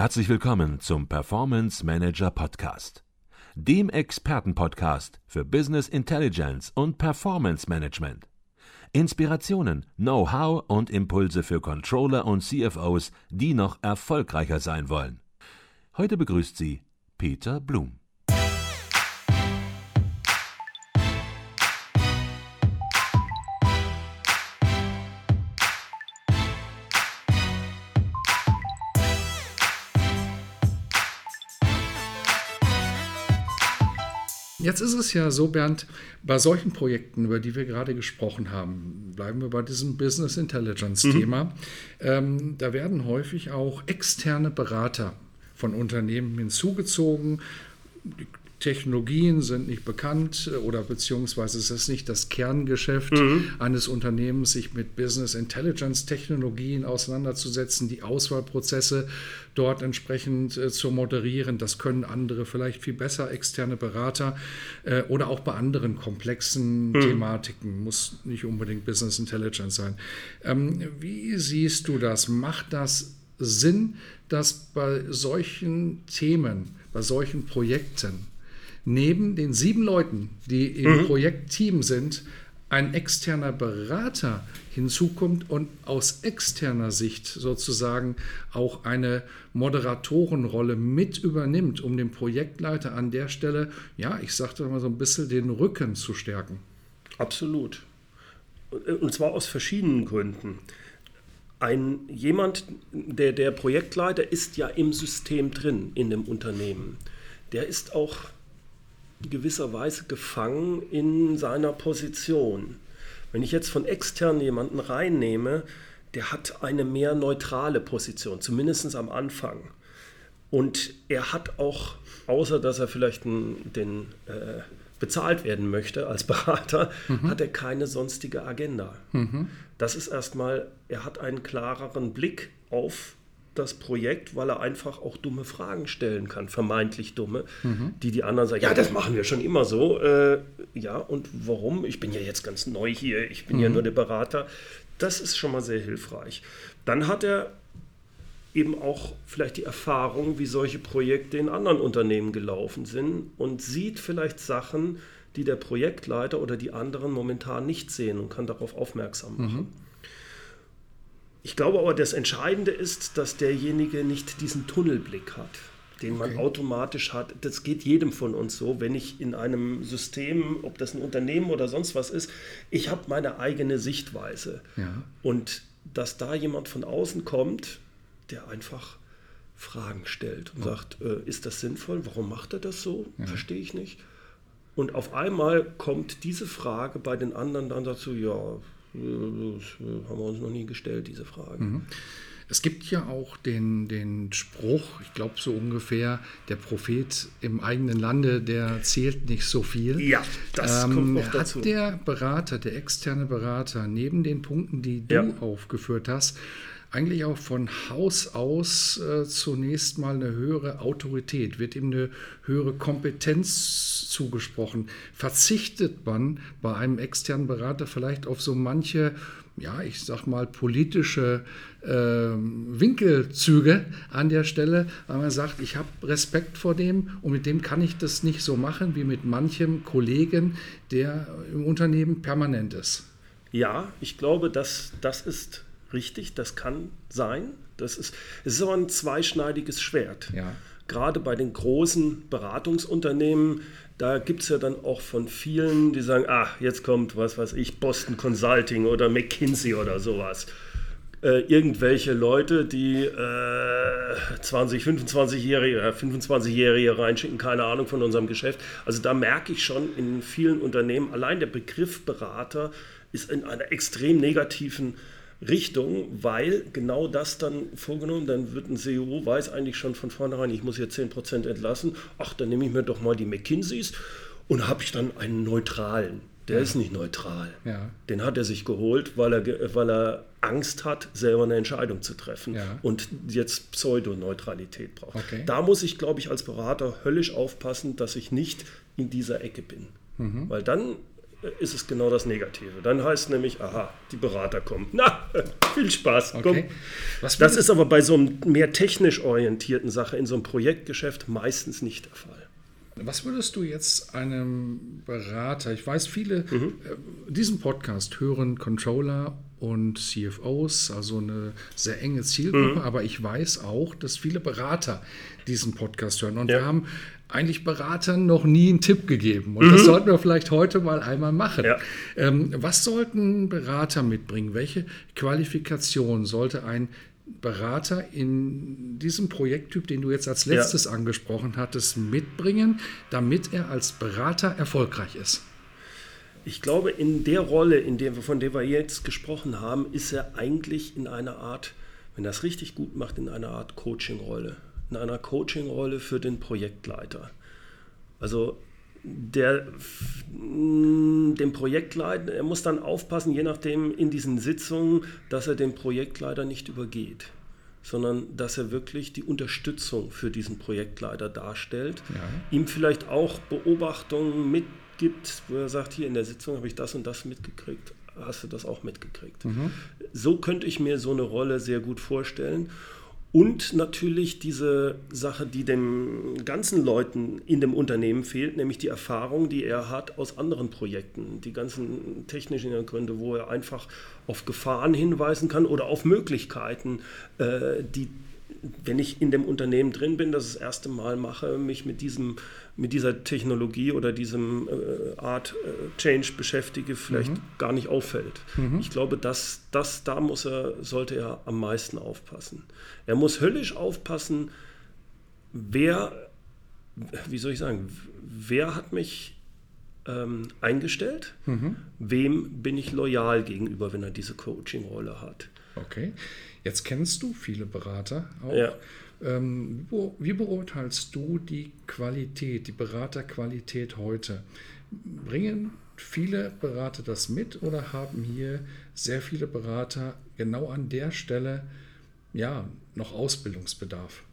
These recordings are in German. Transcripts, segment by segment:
Herzlich willkommen zum Performance Manager Podcast, dem Expertenpodcast für Business Intelligence und Performance Management. Inspirationen, Know-how und Impulse für Controller und CFOs, die noch erfolgreicher sein wollen. Heute begrüßt Sie Peter Blum. Jetzt ist es ja so, Bernd, bei solchen Projekten, über die wir gerade gesprochen haben, bleiben wir bei diesem Business Intelligence-Thema, da werden häufig auch externe Berater von Unternehmen hinzugezogen. Die Technologien sind nicht bekannt oder beziehungsweise es ist nicht das Kerngeschäft eines Unternehmens, sich mit Business Intelligence Technologien auseinanderzusetzen, die Auswahlprozesse dort entsprechend zu moderieren. Das können andere vielleicht viel besser, externe Berater oder auch bei anderen komplexen Thematiken, muss nicht unbedingt Business Intelligence sein. Wie siehst du das? Macht das Sinn, dass bei solchen Themen, bei solchen Projekten neben den 7 Leuten, die im Projektteam sind, ein externer Berater hinzukommt und aus externer Sicht sozusagen auch eine Moderatorenrolle mit übernimmt, um dem Projektleiter an der Stelle, ja, ich sagte mal so ein bisschen den Rücken zu stärken? Absolut. Und zwar aus verschiedenen Gründen. Der Projektleiter ist ja im System drin, in dem Unternehmen. Der ist auch gewisserweise gefangen in seiner Position. Wenn ich jetzt von extern jemanden reinnehme, der hat eine mehr neutrale Position, zumindest am Anfang. Und er hat auch, außer dass er vielleicht bezahlt werden möchte als Berater, hat er keine sonstige Agenda. Das ist erstmal, er hat einen klareren Blick auf das Projekt, weil er einfach auch dumme Fragen stellen kann, vermeintlich dumme, die anderen sagen, ja, das machen wir schon immer so. Ja, und warum? Ich bin ja jetzt ganz neu hier, ich bin ja nur der Berater. Das ist schon mal sehr hilfreich. Dann hat er eben auch vielleicht die Erfahrung, wie solche Projekte in anderen Unternehmen gelaufen sind und sieht vielleicht Sachen, die der Projektleiter oder die anderen momentan nicht sehen und kann darauf aufmerksam machen. Ich glaube aber, das Entscheidende ist, dass derjenige nicht diesen Tunnelblick hat, den man automatisch hat. Das geht jedem von uns so, wenn ich in einem System, ob das ein Unternehmen oder sonst was ist, ich habe meine eigene Sichtweise. Ja. Und dass da jemand von außen kommt, der einfach Fragen stellt und sagt, ist das sinnvoll? Warum macht er das so? Verstehe ich nicht. Und auf einmal kommt diese Frage bei den anderen dann dazu, ja, das haben wir uns noch nie gestellt, diese Frage. Es gibt ja auch den Spruch, ich glaube so ungefähr, der Prophet im eigenen Lande, der zählt nicht so viel. Ja, das kommt noch dazu. Hat der Berater, der externe Berater, neben den Punkten, die du aufgeführt hast, eigentlich auch von Haus aus zunächst mal eine höhere Autorität, wird ihm eine höhere Kompetenz zugesprochen. Verzichtet man bei einem externen Berater vielleicht auf so manche, ja, ich sag mal, politische Winkelzüge an der Stelle, weil man sagt, ich habe Respekt vor dem und mit dem kann ich das nicht so machen wie mit manchem Kollegen, der im Unternehmen permanent ist. Ja, ich glaube, das ist richtig, das kann sein. Es ist aber ein zweischneidiges Schwert. Ja. Gerade bei den großen Beratungsunternehmen, da gibt es ja dann auch von vielen, die sagen, jetzt kommt, was weiß ich, Boston Consulting oder McKinsey oder sowas. Irgendwelche Leute, die 25-Jährige reinschicken, keine Ahnung von unserem Geschäft. Also da merke ich schon in vielen Unternehmen, allein der Begriff Berater ist in einer extrem negativen Richtung, weil genau das dann vorgenommen, dann wird ein CEO, weiß eigentlich schon von vornherein, ich muss hier 10% entlassen, dann nehme ich mir doch mal die McKinseys und habe ich dann einen neutralen. Der ist nicht neutral. Ja. Den hat er sich geholt, weil er Angst hat, selber eine Entscheidung zu treffen und jetzt Pseudoneutralität braucht. Okay. Da muss ich, glaube ich, als Berater höllisch aufpassen, dass ich nicht in dieser Ecke bin. Weil dann ist es genau das Negative. Dann heißt es nämlich, aha, die Berater kommen. Na, viel Spaß. Okay. Das ist aber bei so einem mehr technisch orientierten Sache in so einem Projektgeschäft meistens nicht der Fall. Was würdest du jetzt einem Berater, ich weiß, viele diesen Podcast hören Controller und CFOs, also eine sehr enge Zielgruppe, aber ich weiß auch, dass viele Berater diesen Podcast hören. Und wir haben eigentlich Beratern noch nie einen Tipp gegeben. Und das sollten wir vielleicht heute mal einmal machen. Ja. Was sollten Berater mitbringen? Welche Qualifikation sollte ein Berater in diesem Projekttyp, den du jetzt als letztes angesprochen hattest, mitbringen, damit er als Berater erfolgreich ist? Ich glaube, in der Rolle, von der wir jetzt gesprochen haben, ist er eigentlich in einer Art, wenn er es richtig gut macht, in einer Art Coaching-Rolle. In einer Coaching-Rolle für den Projektleiter. Also dem Projektleiter, er muss dann aufpassen, je nachdem in diesen Sitzungen, dass er den Projektleiter nicht übergeht, sondern dass er wirklich die Unterstützung für diesen Projektleiter darstellt, ihm vielleicht auch Beobachtungen mitgibt, wo er sagt, hier in der Sitzung habe ich das und das mitgekriegt, hast du das auch mitgekriegt. So könnte ich mir so eine Rolle sehr gut vorstellen. Und natürlich diese Sache, die den ganzen Leuten in dem Unternehmen fehlt, nämlich die Erfahrung, die er hat aus anderen Projekten, die ganzen technischen Hintergründe, wo er einfach auf Gefahren hinweisen kann oder auf Möglichkeiten, die, wenn ich in dem Unternehmen drin bin, das erste Mal mache, mich mit dieser Technologie oder diesem Art Change beschäftige, vielleicht gar nicht auffällt. Ich glaube, da sollte er am meisten aufpassen. Er muss höllisch aufpassen, wer hat mich eingestellt, wem bin ich loyal gegenüber, wenn er diese Coaching-Rolle hat. Okay, jetzt kennst du viele Berater auch. Ja. Wie beurteilst du die Qualität, die Beraterqualität heute? Bringen viele Berater das mit oder haben hier sehr viele Berater genau an der Stelle noch Ausbildungsbedarf?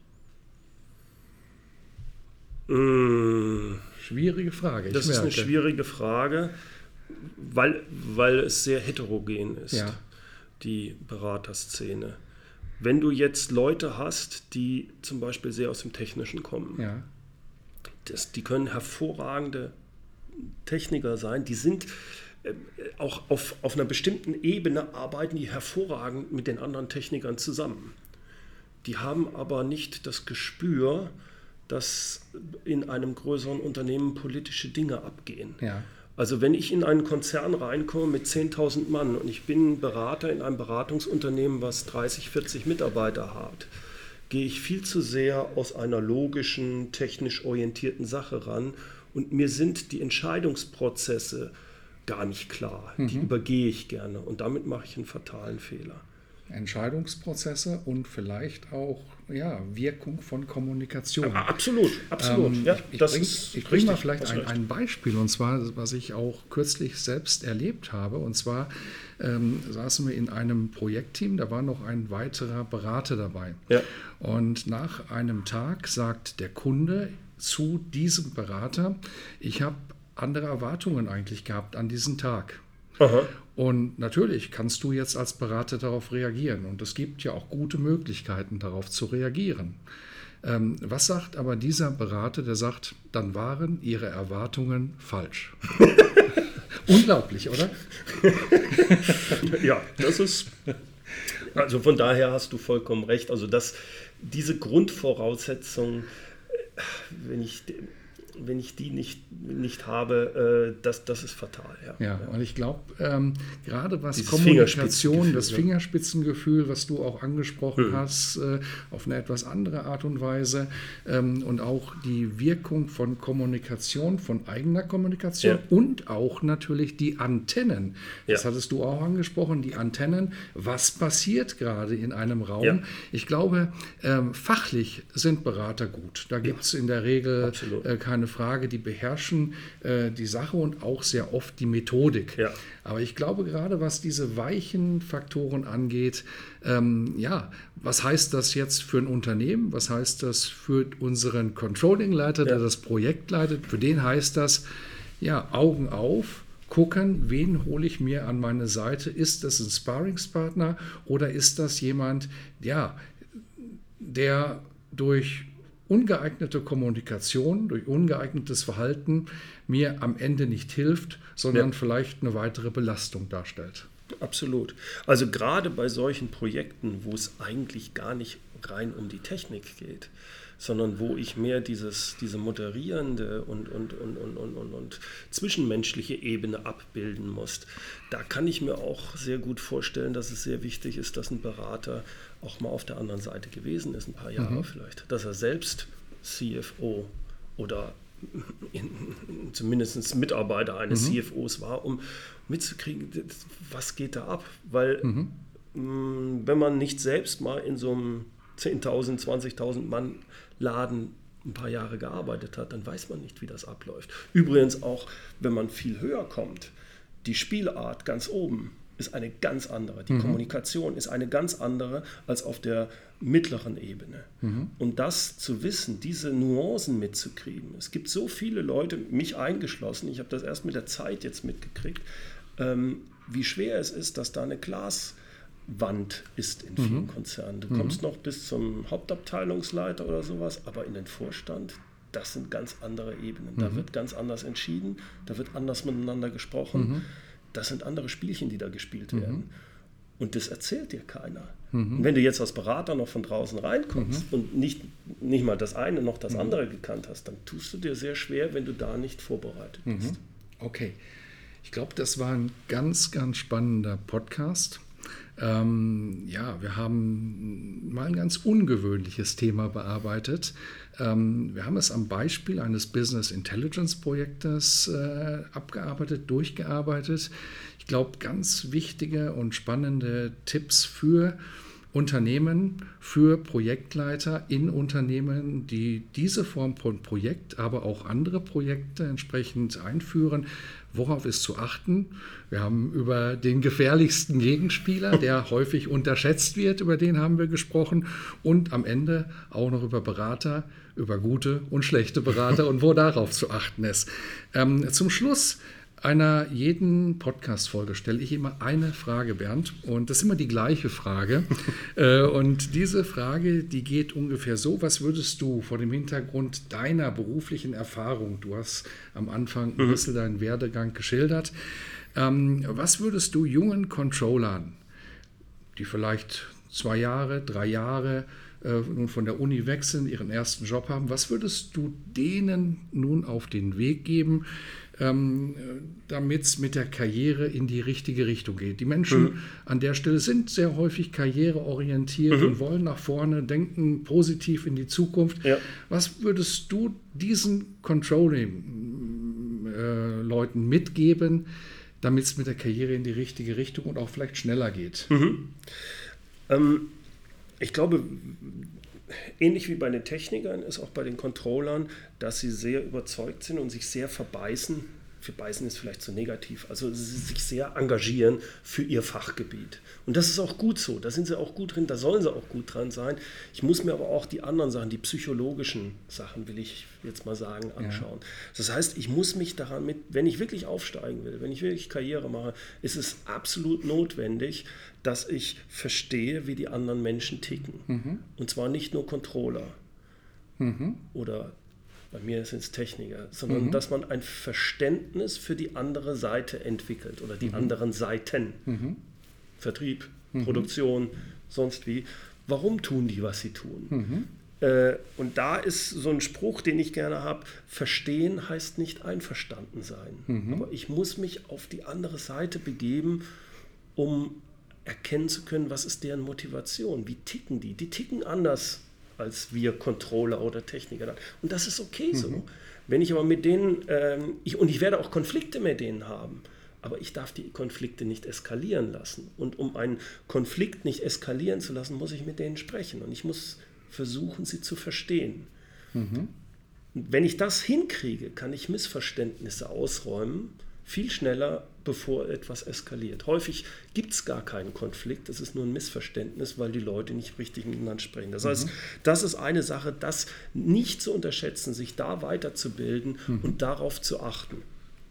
Schwierige Frage. Das ist eine schwierige Frage, weil es sehr heterogen ist, die Beraterszene. Wenn du jetzt Leute hast, die zum Beispiel sehr aus dem Technischen kommen, die können hervorragende Techniker sein, die sind auch auf einer bestimmten Ebene, arbeiten die hervorragend mit den anderen Technikern zusammen. Die haben aber nicht das Gespür, dass in einem größeren Unternehmen politische Dinge abgehen. Ja. Also wenn ich in einen Konzern reinkomme mit 10.000 Mann und ich bin Berater in einem Beratungsunternehmen, was 30, 40 Mitarbeiter hat, gehe ich viel zu sehr aus einer logischen, technisch orientierten Sache ran und mir sind die Entscheidungsprozesse gar nicht klar. Die übergehe ich gerne und damit mache ich einen fatalen Fehler. Entscheidungsprozesse und vielleicht auch Wirkung von Kommunikation. Ja, absolut. Ich bringe mal vielleicht ein Beispiel, und zwar, was ich auch kürzlich selbst erlebt habe. Und zwar saßen wir in einem Projektteam, da war noch ein weiterer Berater dabei. Ja. Und nach einem Tag sagt der Kunde zu diesem Berater, ich habe andere Erwartungen eigentlich gehabt an diesen Tag. Aha. Und natürlich kannst du jetzt als Berater darauf reagieren. Und es gibt ja auch gute Möglichkeiten, darauf zu reagieren. Was sagt aber dieser Berater, der sagt, dann waren ihre Erwartungen falsch? Unglaublich, oder? Ja, das ist... Also von daher hast du vollkommen recht. Also diese Grundvoraussetzung, wenn ich die nicht habe, das ist fatal. Ja, und ich glaube, gerade was dieses Kommunikation, das Fingerspitzengefühl, was du auch angesprochen hast, auf eine etwas andere Art und Weise und auch die Wirkung von Kommunikation, von eigener Kommunikation und auch natürlich die Antennen. Das hattest du auch angesprochen, die Antennen. Was passiert gerade in einem Raum? Ja. Ich glaube, fachlich sind Berater gut. Da gibt es in der Regel keine Frage, die beherrschen die Sache und auch sehr oft die Methodik. Ja. Aber ich glaube, gerade was diese weichen Faktoren angeht, was heißt das jetzt für ein Unternehmen? Was heißt das für unseren Controlling-Leiter, der das Projekt leitet? Für den heißt das, Augen auf, gucken, wen hole ich mir an meine Seite. Ist das ein Sparringspartner oder ist das jemand, ja, der durch ungeeignete Kommunikation, durch ungeeignetes Verhalten mir am Ende nicht hilft, sondern vielleicht eine weitere Belastung darstellt. Absolut. Also gerade bei solchen Projekten, wo es eigentlich gar nicht rein um die Technik geht, sondern wo ich mehr diese moderierende und zwischenmenschliche Ebene abbilden muss, da kann ich mir auch sehr gut vorstellen, dass es sehr wichtig ist, dass ein Berater auch mal auf der anderen Seite gewesen ist, ein paar Jahre vielleicht, dass er selbst CFO oder zumindest Mitarbeiter eines CFOs war, um mitzukriegen, was geht da ab, weil wenn man nicht selbst mal in so einem 10.000, 20.000 Mann Laden ein paar Jahre gearbeitet hat, dann weiß man nicht, wie das abläuft. Übrigens auch, wenn man viel höher kommt, die Spielart ganz oben ist eine ganz andere. Die Kommunikation ist eine ganz andere als auf der mittleren Ebene. Und das zu wissen, diese Nuancen mitzukriegen. Es gibt so viele Leute, mich eingeschlossen, ich habe das erst mit der Zeit jetzt mitgekriegt, wie schwer es ist, dass da eine Glaswand ist in vielen Konzernen. Du kommst noch bis zum Hauptabteilungsleiter oder sowas, aber in den Vorstand, das sind ganz andere Ebenen. Da wird ganz anders entschieden, da wird anders miteinander gesprochen. Das sind andere Spielchen, die da gespielt werden. Und das erzählt dir keiner. Und wenn du jetzt als Berater noch von draußen reinkommst und nicht mal das eine noch das andere gekannt hast, dann tust du dir sehr schwer, wenn du da nicht vorbereitet bist. Okay. Ich glaube, das war ein ganz, ganz spannender Podcast. Wir haben mal ein ganz ungewöhnliches Thema bearbeitet. Wir haben es am Beispiel eines Business Intelligence Projektes durchgearbeitet. Ich glaube, ganz wichtige und spannende Tipps für Unternehmen, für Projektleiter in Unternehmen, die diese Form von Projekt, aber auch andere Projekte entsprechend einführen. Worauf ist zu achten? Wir haben über den gefährlichsten Gegenspieler, der häufig unterschätzt wird, über den haben wir gesprochen. Und am Ende auch noch über Berater, über gute und schlechte Berater und wo darauf zu achten ist. Zum Schluss einer jeden Podcast-Folge stelle ich immer eine Frage, Bernd, und das ist immer die gleiche Frage. Und diese Frage, die geht ungefähr so: Was würdest du vor dem Hintergrund deiner beruflichen Erfahrung, du hast am Anfang ein bisschen deinen Werdegang geschildert, was würdest du jungen Controllern, die vielleicht 2 Jahre, 3 Jahre nun von der Uni wechseln, ihren ersten Job haben, was würdest du denen nun auf den Weg geben, damit es mit der Karriere in die richtige Richtung geht? Die Menschen an der Stelle sind sehr häufig karriereorientiert und wollen nach vorne, denken positiv in die Zukunft. Ja. Was würdest du diesen Controlling-Leuten mitgeben, damit es mit der Karriere in die richtige Richtung und auch vielleicht schneller geht? Ich glaube, ähnlich wie bei den Technikern ist auch bei den Controllern, dass sie sehr überzeugt sind und sich sehr verbeißen. Verbeißen ist vielleicht zu negativ, also sie sich sehr engagieren für ihr Fachgebiet. Und das ist auch gut so, da sind sie auch gut drin, da sollen sie auch gut dran sein. Ich muss mir aber auch die anderen Sachen, die psychologischen Sachen, will ich jetzt mal sagen, anschauen. Ja. Das heißt, ich muss mich daran wenn ich wirklich aufsteigen will, wenn ich wirklich Karriere mache, ist es absolut notwendig, dass ich verstehe, wie die anderen Menschen ticken. Und zwar nicht nur Controller oder bei mir sind es Techniker, sondern dass man ein Verständnis für die andere Seite entwickelt oder die anderen Seiten. Vertrieb, Produktion, sonst wie. Warum tun die, was sie tun? Und da ist so ein Spruch, den ich gerne habe: Verstehen heißt nicht einverstanden sein. Aber ich muss mich auf die andere Seite begeben, um erkennen zu können, was ist deren Motivation, wie ticken die. Die ticken anders als wir Controller oder Techniker. Und das ist okay so. Wenn ich aber mit denen, ich werde auch Konflikte mit denen haben, aber ich darf die Konflikte nicht eskalieren lassen. Und um einen Konflikt nicht eskalieren zu lassen, muss ich mit denen sprechen. Und ich muss versuchen, sie zu verstehen. Wenn ich das hinkriege, kann ich Missverständnisse ausräumen, viel schneller, bevor etwas eskaliert. Häufig gibt es gar keinen Konflikt, es ist nur ein Missverständnis, weil die Leute nicht richtig miteinander sprechen. Das heißt, das ist eine Sache, das nicht zu unterschätzen, sich da weiterzubilden und darauf zu achten.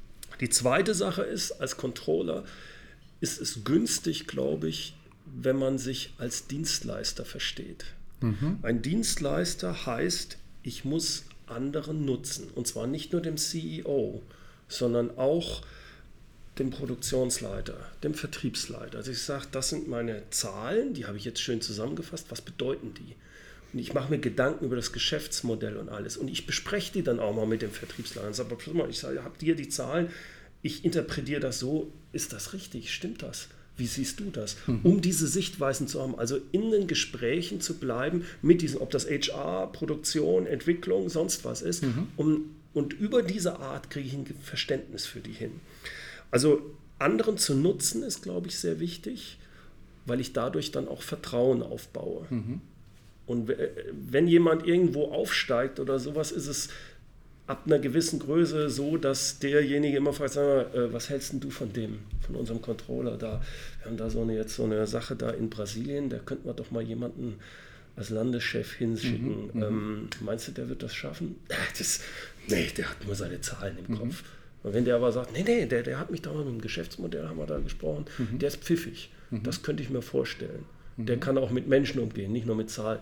Die zweite Sache ist, als Controller ist es günstig, glaube ich, wenn man sich als Dienstleister versteht. Ein Dienstleister heißt, ich muss anderen nutzen. Und zwar nicht nur dem CEO, sondern auch dem Produktionsleiter, dem Vertriebsleiter. Also ich sage, das sind meine Zahlen, die habe ich jetzt schön zusammengefasst. Was bedeuten die? Und ich mache mir Gedanken über das Geschäftsmodell und alles. Und ich bespreche die dann auch mal mit dem Vertriebsleiter. Und sage, ich sage, habt ihr die Zahlen? Ich interpretiere das so, ist das richtig? Stimmt das? Wie siehst du das? Um diese Sichtweisen zu haben, also in den Gesprächen zu bleiben mit diesen, ob das HR, Produktion, Entwicklung, sonst was ist. Und über diese Art kriege ich ein Verständnis für die hin. Also anderen zu nutzen ist, glaube ich, sehr wichtig, weil ich dadurch dann auch Vertrauen aufbaue. Und wenn jemand irgendwo aufsteigt oder sowas, ist es ab einer gewissen Größe so, dass derjenige immer fragt, sag mal, was hältst denn du von unserem Controller da? Wir haben da jetzt so eine Sache da in Brasilien, da könnten wir doch mal jemanden als Landeschef hinschicken. Meinst du, der wird das schaffen? Nee, der hat nur seine Zahlen im Kopf. Und wenn der aber sagt, nee, der hat mich da mal mit dem Geschäftsmodell, haben wir da gesprochen, der ist pfiffig. Das könnte ich mir vorstellen. Der kann auch mit Menschen umgehen, nicht nur mit Zahlen.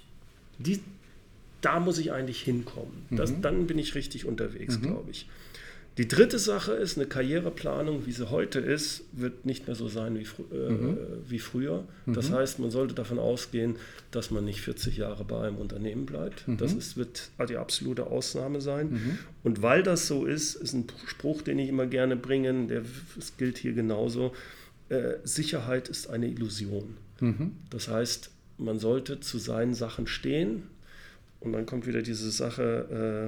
Da muss ich eigentlich hinkommen. Dann bin ich richtig unterwegs, glaube ich. Die dritte Sache ist, eine Karriereplanung, wie sie heute ist, wird nicht mehr so sein wie früher. Das heißt, man sollte davon ausgehen, dass man nicht 40 Jahre bei einem Unternehmen bleibt. Das wird die absolute Ausnahme sein. Und weil das so ist ein Spruch, den ich immer gerne bringe, das gilt hier genauso, Sicherheit ist eine Illusion. Das heißt, man sollte zu seinen Sachen stehen. Und dann kommt wieder diese Sache,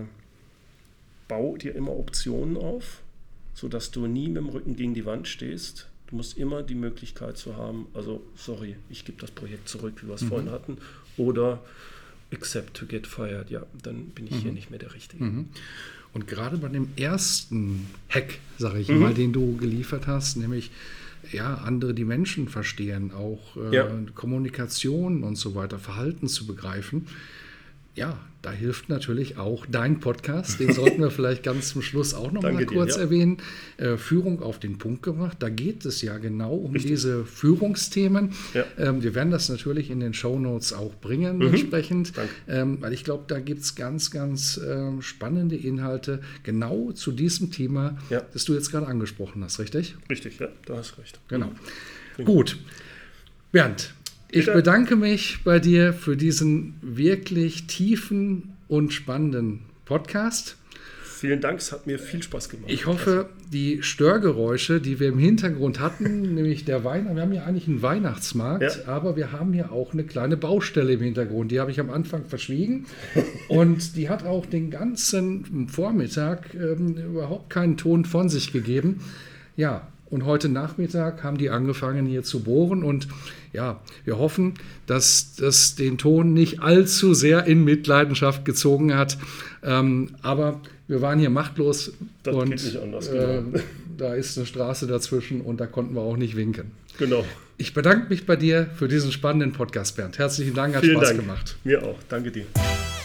bau dir immer Optionen auf, sodass du nie mit dem Rücken gegen die Wand stehst. Du musst immer die Möglichkeit zu haben, also sorry, ich gebe das Projekt zurück, wie wir es vorhin hatten, oder accept to get fired, ja, dann bin ich hier nicht mehr der Richtige. Und gerade bei dem ersten Hack, sage ich mal, den du geliefert hast, nämlich andere die Menschen verstehen, auch Kommunikation und so weiter, Verhalten zu begreifen. Ja, da hilft natürlich auch dein Podcast, den sollten wir vielleicht ganz zum Schluss auch noch mal kurz erwähnen. Führung auf den Punkt gebracht, da geht es ja genau um diese Führungsthemen. Wir werden das natürlich in den Shownotes auch bringen, entsprechend, weil ich glaube, da gibt es ganz, ganz spannende Inhalte genau zu diesem Thema, das du jetzt gerade angesprochen hast, richtig? Richtig, ja, du hast recht. Genau. Gut, Bernd. Ich bedanke mich bei dir für diesen wirklich tiefen und spannenden Podcast. Vielen Dank, es hat mir viel Spaß gemacht. Ich hoffe, die Störgeräusche, die wir im Hintergrund hatten, nämlich der wir haben ja eigentlich einen Weihnachtsmarkt, aber wir haben hier auch eine kleine Baustelle im Hintergrund. Die habe ich am Anfang verschwiegen und die hat auch den ganzen Vormittag überhaupt keinen Ton von sich gegeben. Ja, und heute Nachmittag haben die angefangen hier zu bohren und wir hoffen, dass das den Ton nicht allzu sehr in Mitleidenschaft gezogen hat. Aber wir waren hier machtlos und geht nicht anders, da ist eine Straße dazwischen und da konnten wir auch nicht winken. Genau. Ich bedanke mich bei dir für diesen spannenden Podcast, Bernd. Herzlichen Dank, hat Spaß gemacht. Mir auch. Danke dir.